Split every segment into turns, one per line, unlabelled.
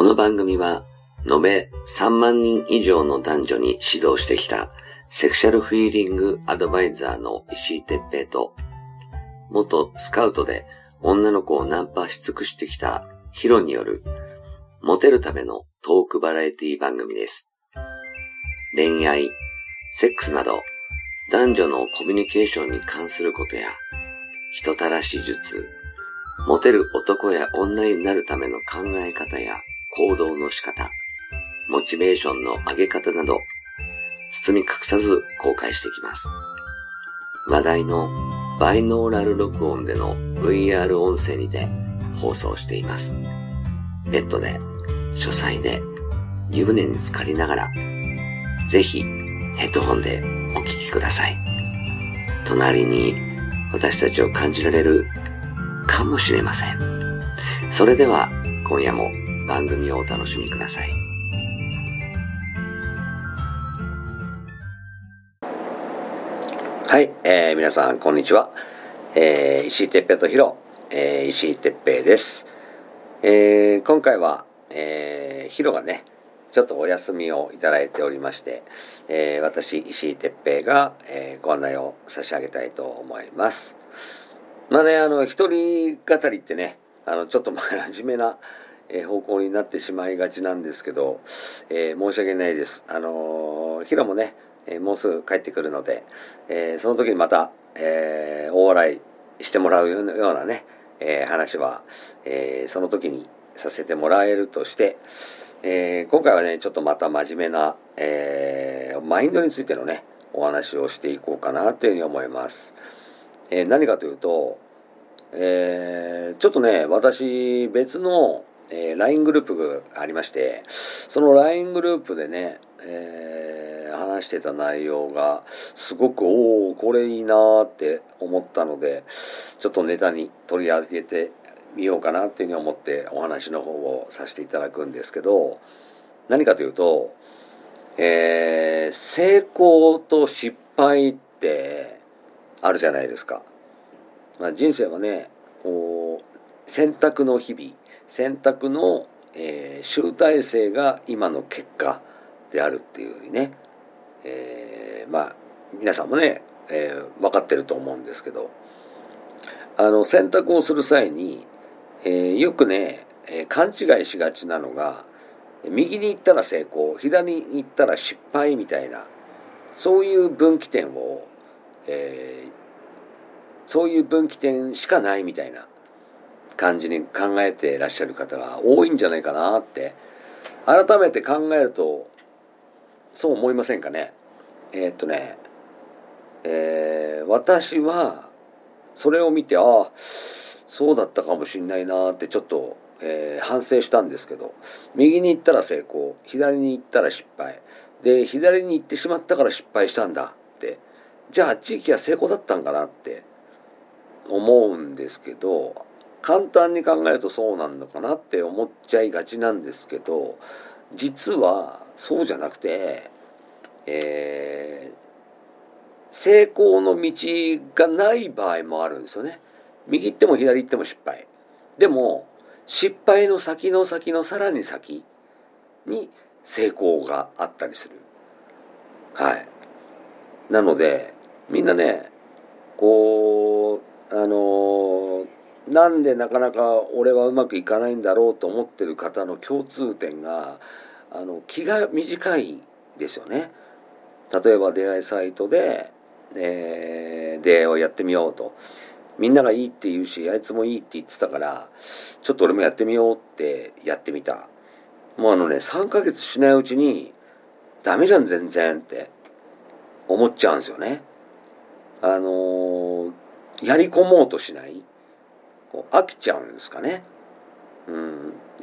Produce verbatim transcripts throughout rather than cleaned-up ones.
の番組は延べさんまんにん以上の男女に指導してきたセクシャルフィーリングアドバイザーの石井哲平と、元スカウトで女の子をナンパし尽くしてきたヒロによるモテるためのトークバラエティ番組です。恋愛、セックスなど男女のコミュニケーションに関することや人たらし術、モテる男や女になるための考え方や行動の仕方、モチベーションの上げ方など包み隠さず公開していきます。話題のバイノーラル録音での ブイアール 音声にて放送しています。ベッドで、書斎で、湯船に浸かりながら、ぜひヘッドホンでお聞きください。隣に私たちを感じられるかもしれません。それでは今夜も番組をお楽しみください。はい、えー、皆さんこんにちは。えー、石井哲平とヒロ、えー、石井哲平です。えー、今回は、えー、ヒロがね、ちょっとお休みをいただいておりまして、えー、私石井哲平が、えー、ご案内を差し上げたいと思います。まあね、あの一人語りってね、あのちょっと真面目な方向になってしまいがちなんですけど、えー、申し訳ないです。あのー、ヒロもね、えー、もうすぐ帰ってくるので、えー、その時にまた、えー、大笑いしてもらうようなね、えー、話は、えー、その時にさせてもらえるとして、えー、今回はねちょっとまた真面目な、えー、マインドについてのねお話をしていこうかなというふうに思います。えー、何かというと、えー、ちょっとね私別の、えー、ライン グループがありまして、その ライン グループでね、えー、話してた内容がすごくおおこれいいなって思ったので、ちょっとネタに取り上げてみようかなっていうふうに思ってお話の方をさせていただくんですけど、何かというと、えー、成功と失敗ってあるじゃないですか。まあ、人生はねこう選択の日々、選択の、えー、集大成が今の結果であるっていうふうにね、えー、まあ皆さんもね、えー、分かってると思うんですけど、あの選択をする際に、えー、よくね、えー、勘違いしがちなのが、右に行ったら成功、左に行ったら失敗みたいな、そういう分岐点を、えー、そういう分岐点しかないみたいな感じに考えていらっしゃる方が多いんじゃないかなって改めて考えるとそう思いませんかね。えー、っとね、えー、私はそれを見て、ああそうだったかもしれないなってちょっと、えー、反省したんですけど、右に行ったら成功、左に行ったら失敗で、左に行ってしまったから失敗したんだって、じゃああっち行きは成功だったんかなって思うんですけど、簡単に考えるとそうなんのかなって思っちゃいがちなんですけど、実はそうじゃなくて、えー、成功の道がない場合もあるんですよね。右行っても左行っても失敗。でも失敗の先の先のさらに先に成功があったりする。はい。なのでみんなね、こうあのなんでなかなか俺はうまくいかないんだろうと思ってる方の共通点が、あの気が短いですよね。例えば出会いサイトで、えー、出会いをやってみようと、みんながいいって言うしあいつもいいって言ってたからちょっと俺もやってみようってやってみた。もうあのねさんかげつしないうちにダメじゃん全然って思っちゃうんですよね。あのー、やり込もうとしない、こう飽きちゃうんですかね。うん、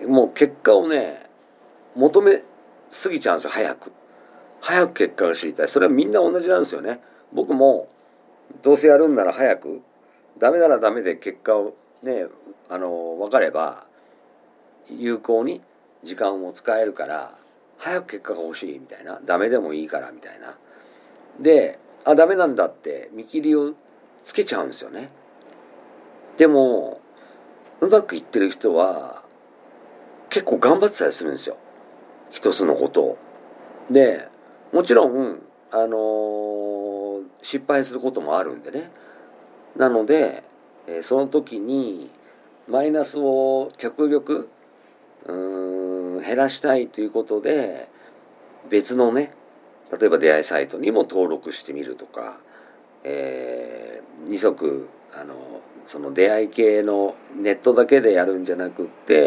もう結果をね求めすぎちゃうんですよ。早く早く結果が知りたい。それはみんな同じなんですよね。僕もどうせやるんなら早く、ダメならダメで結果をね、あの分かれば有効に時間を使えるから早く結果が欲しいみたいな、ダメでもいいからみたいなで、あダメなんだって見切りをつけちゃうんですよね。でもうまくいってる人は結構頑張ってたりするんですよ、一つのことを。でもちろん、あのー失敗することもあるんでね。なので、えーその時にマイナスを極力うーん減らしたいということで、別のね、例えば出会いサイトにも登録してみるとか、えー、二足あのその出会い系のネットだけでやるんじゃなくって、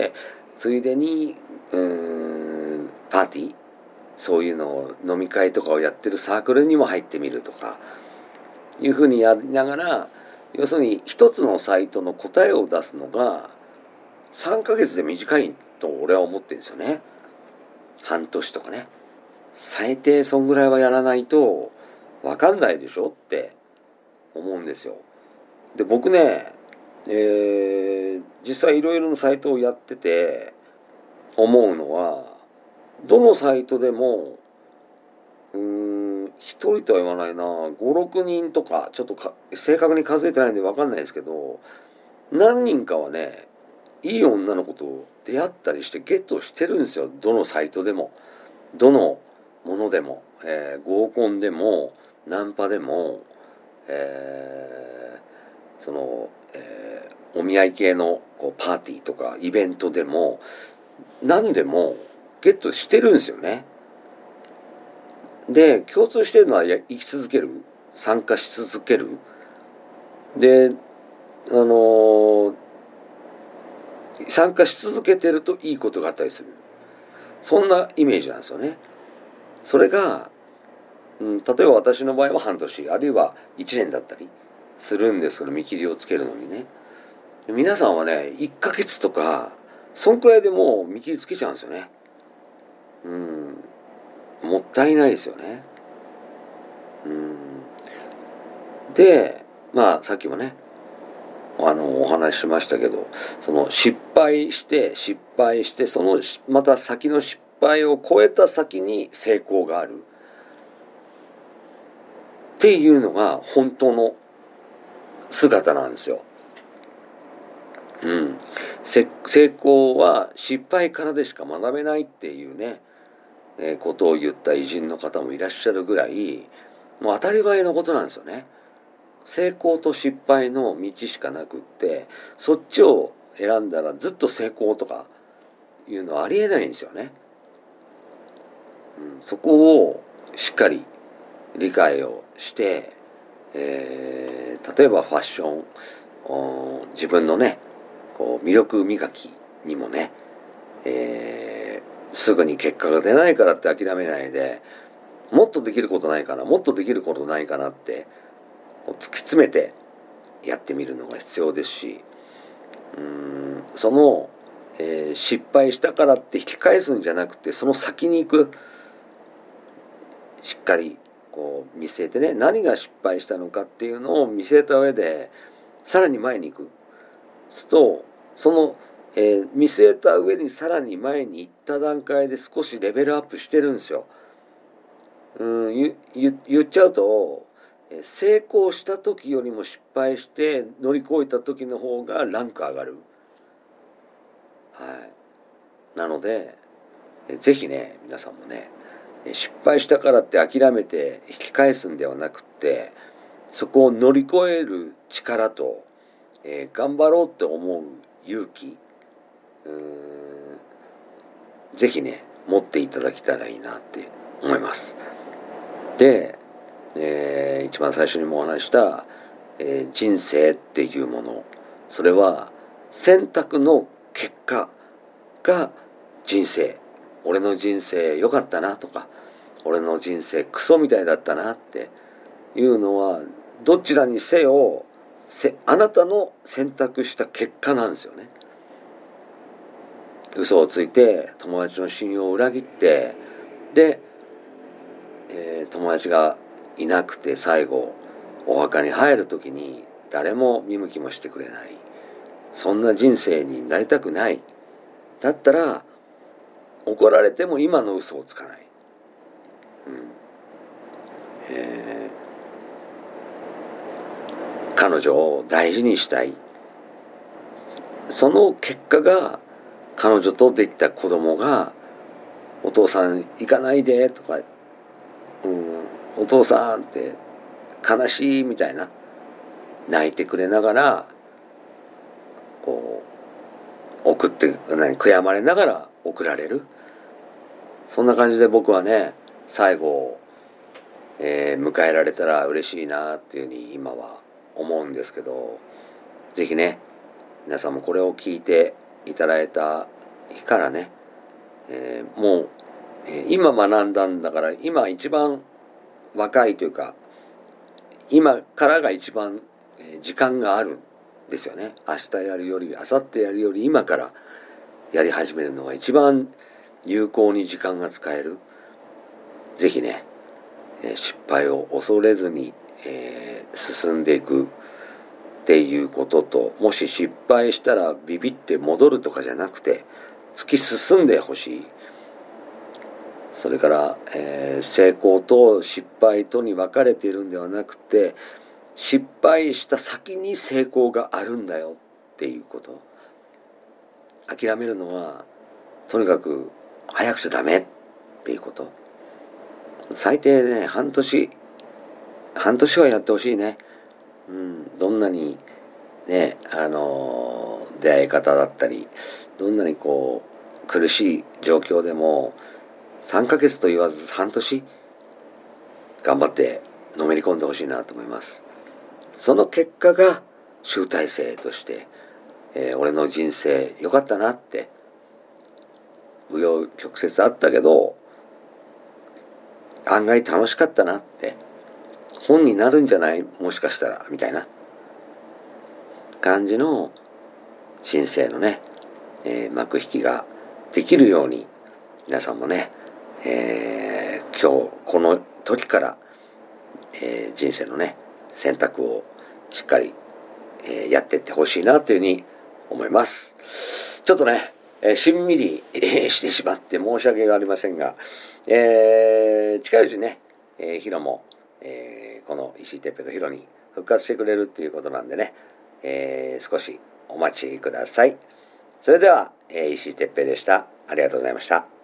ついでにうーんパーティー、そういうのを飲み会とかをやってるサークルにも入ってみるとかいうふうにやりながら、要するに一つのサイトの答えを出すのがさんかげつで短いと俺は思ってるんですよね。半年とかね、最低そんぐらいはやらないと分かんないでしょって思うんですよ。で僕ね、えー実際いろいろなサイトをやってて思うのは、どのサイトでもうーんひとりとは言わないな、ごろくにんとか、ちょっとか正確に数えてないんで分かんないですけど、何人かはね、いい女の子と出会ったりしてゲットしてるんですよ。どのサイトでも、どのものでも、えー合コンでもナンパでも、えーその、えーお見合い系のこうパーティーとかイベントでも何でもゲットしてるんですよね。で共通してるのはや生き続ける、参加し続ける。であのー参加し続けてるといいことがあったりする、そんなイメージなんですよね。それが、うん、例えば私の場合は半年あるいはいちねんだったりするんですけど、見切りをつけるのにね。皆さんはねいっかげつとかそんくらいでもう見切りつけちゃうんですよね。うんもったいないですよね。うんでまあさっきもねあのお話ししましたけど、その失敗して失敗してそのまた先の失敗を超えた先に成功があるっていうのが本当の姿なんですよ。うん、成功は失敗からでしか学べないっていうね、えーことを言った偉人の方もいらっしゃるぐらい、もう当たり前のことなんですよね。成功と失敗の道しかなくって、そっちを選んだらずっと成功とかいうのはありえないんですよね。うん、そこをしっかり理解をして、えー例えばファッション、自分のねこう魅力磨きにもね、えーすぐに結果が出ないからって諦めないで、もっとできることないかな、もっとできることないかなってこう突き詰めてやってみるのが必要ですし、うーんその、えー失敗したからって引き返すんじゃなくて、その先に行く、しっかりこう見据えてね、何が失敗したのかっていうのを見据えた上でさらに前に行く。するとその、えー見据えた上にさらに前に行った段階で少しレベルアップしてるんですよ。うん言言言っちゃうと、成功した時よりも失敗して乗り越えた時の方がランク上がる。はい。なのでぜひね皆さんもね、失敗したからって諦めて引き返すんではなくって、そこを乗り越える力と、えー頑張ろうって思う勇気、うーんぜひね持っていただけたらいいなって思います。で、えー一番最初にもお話した、えー人生っていうもの、それは選択の結果が人生。俺の人生良かったなとか、俺の人生クソみたいだったなっていうのは、どちらにせよせあなたの選択した結果なんですよね。嘘をついて友達の信用を裏切って、で、えー友達がいなくて最後お墓に入る時に誰も見向きもしてくれない、そんな人生になりたくない。だったら怒られても今の嘘をつかない、うんえー彼女を大事にしたい、その結果が彼女とできた子供が「お父さん行かないで」とか、うん「お父さん」って悲しいみたいな泣いてくれながらこう送って何悔やまれながら送られる、そんな感じで僕はね最後を、えー、迎えられたら嬉しいなっていうふうに今は思うんですけど、ぜひね皆さんもこれを聞いていただいた日からね、えー、もう、えー、今学んだんだから今一番若いというか今からが一番、えー、時間があるんですよね。明日やるより明後日やるより今からやり始めるのが一番有効に時間が使える。ぜひね、えー、失敗を恐れずに、えー、進んでいくっていうことと、もし失敗したらビビって戻るとかじゃなくて突き進んでほしい。それから、えー、成功と失敗とに分かれているんではなくて、失敗した先に成功があるんだよっていうこと。諦めるのはとにかく早くちゃダメっていうこと。最低ね半年半年はやってほしいね。うん、どんなにねあの出会い方だったりどんなにこう苦しい状況でもさんかげつと言わず半年頑張ってのめり込んでほしいなと思います。その結果が集大成として、えー、俺の人生良かったなって、紆余曲折あったけど案外楽しかったなって、本になるんじゃないもしかしたらみたいな感じの人生のね、えー、幕引きができるように皆さんもね、えー、今日この時から、えー、人生のね選択をしっかり、えー、やっていってほしいなというふうに思います。ちょっとね、えー、しんみり、えー、してしまって申し訳がありませんが、えー、近いうちね、えー、ヒロも、えー、この石井哲平とヒロに復活してくれるっていうことなんでね、えー、少しお待ちください。それでは、えー、石井哲平でした。ありがとうございました。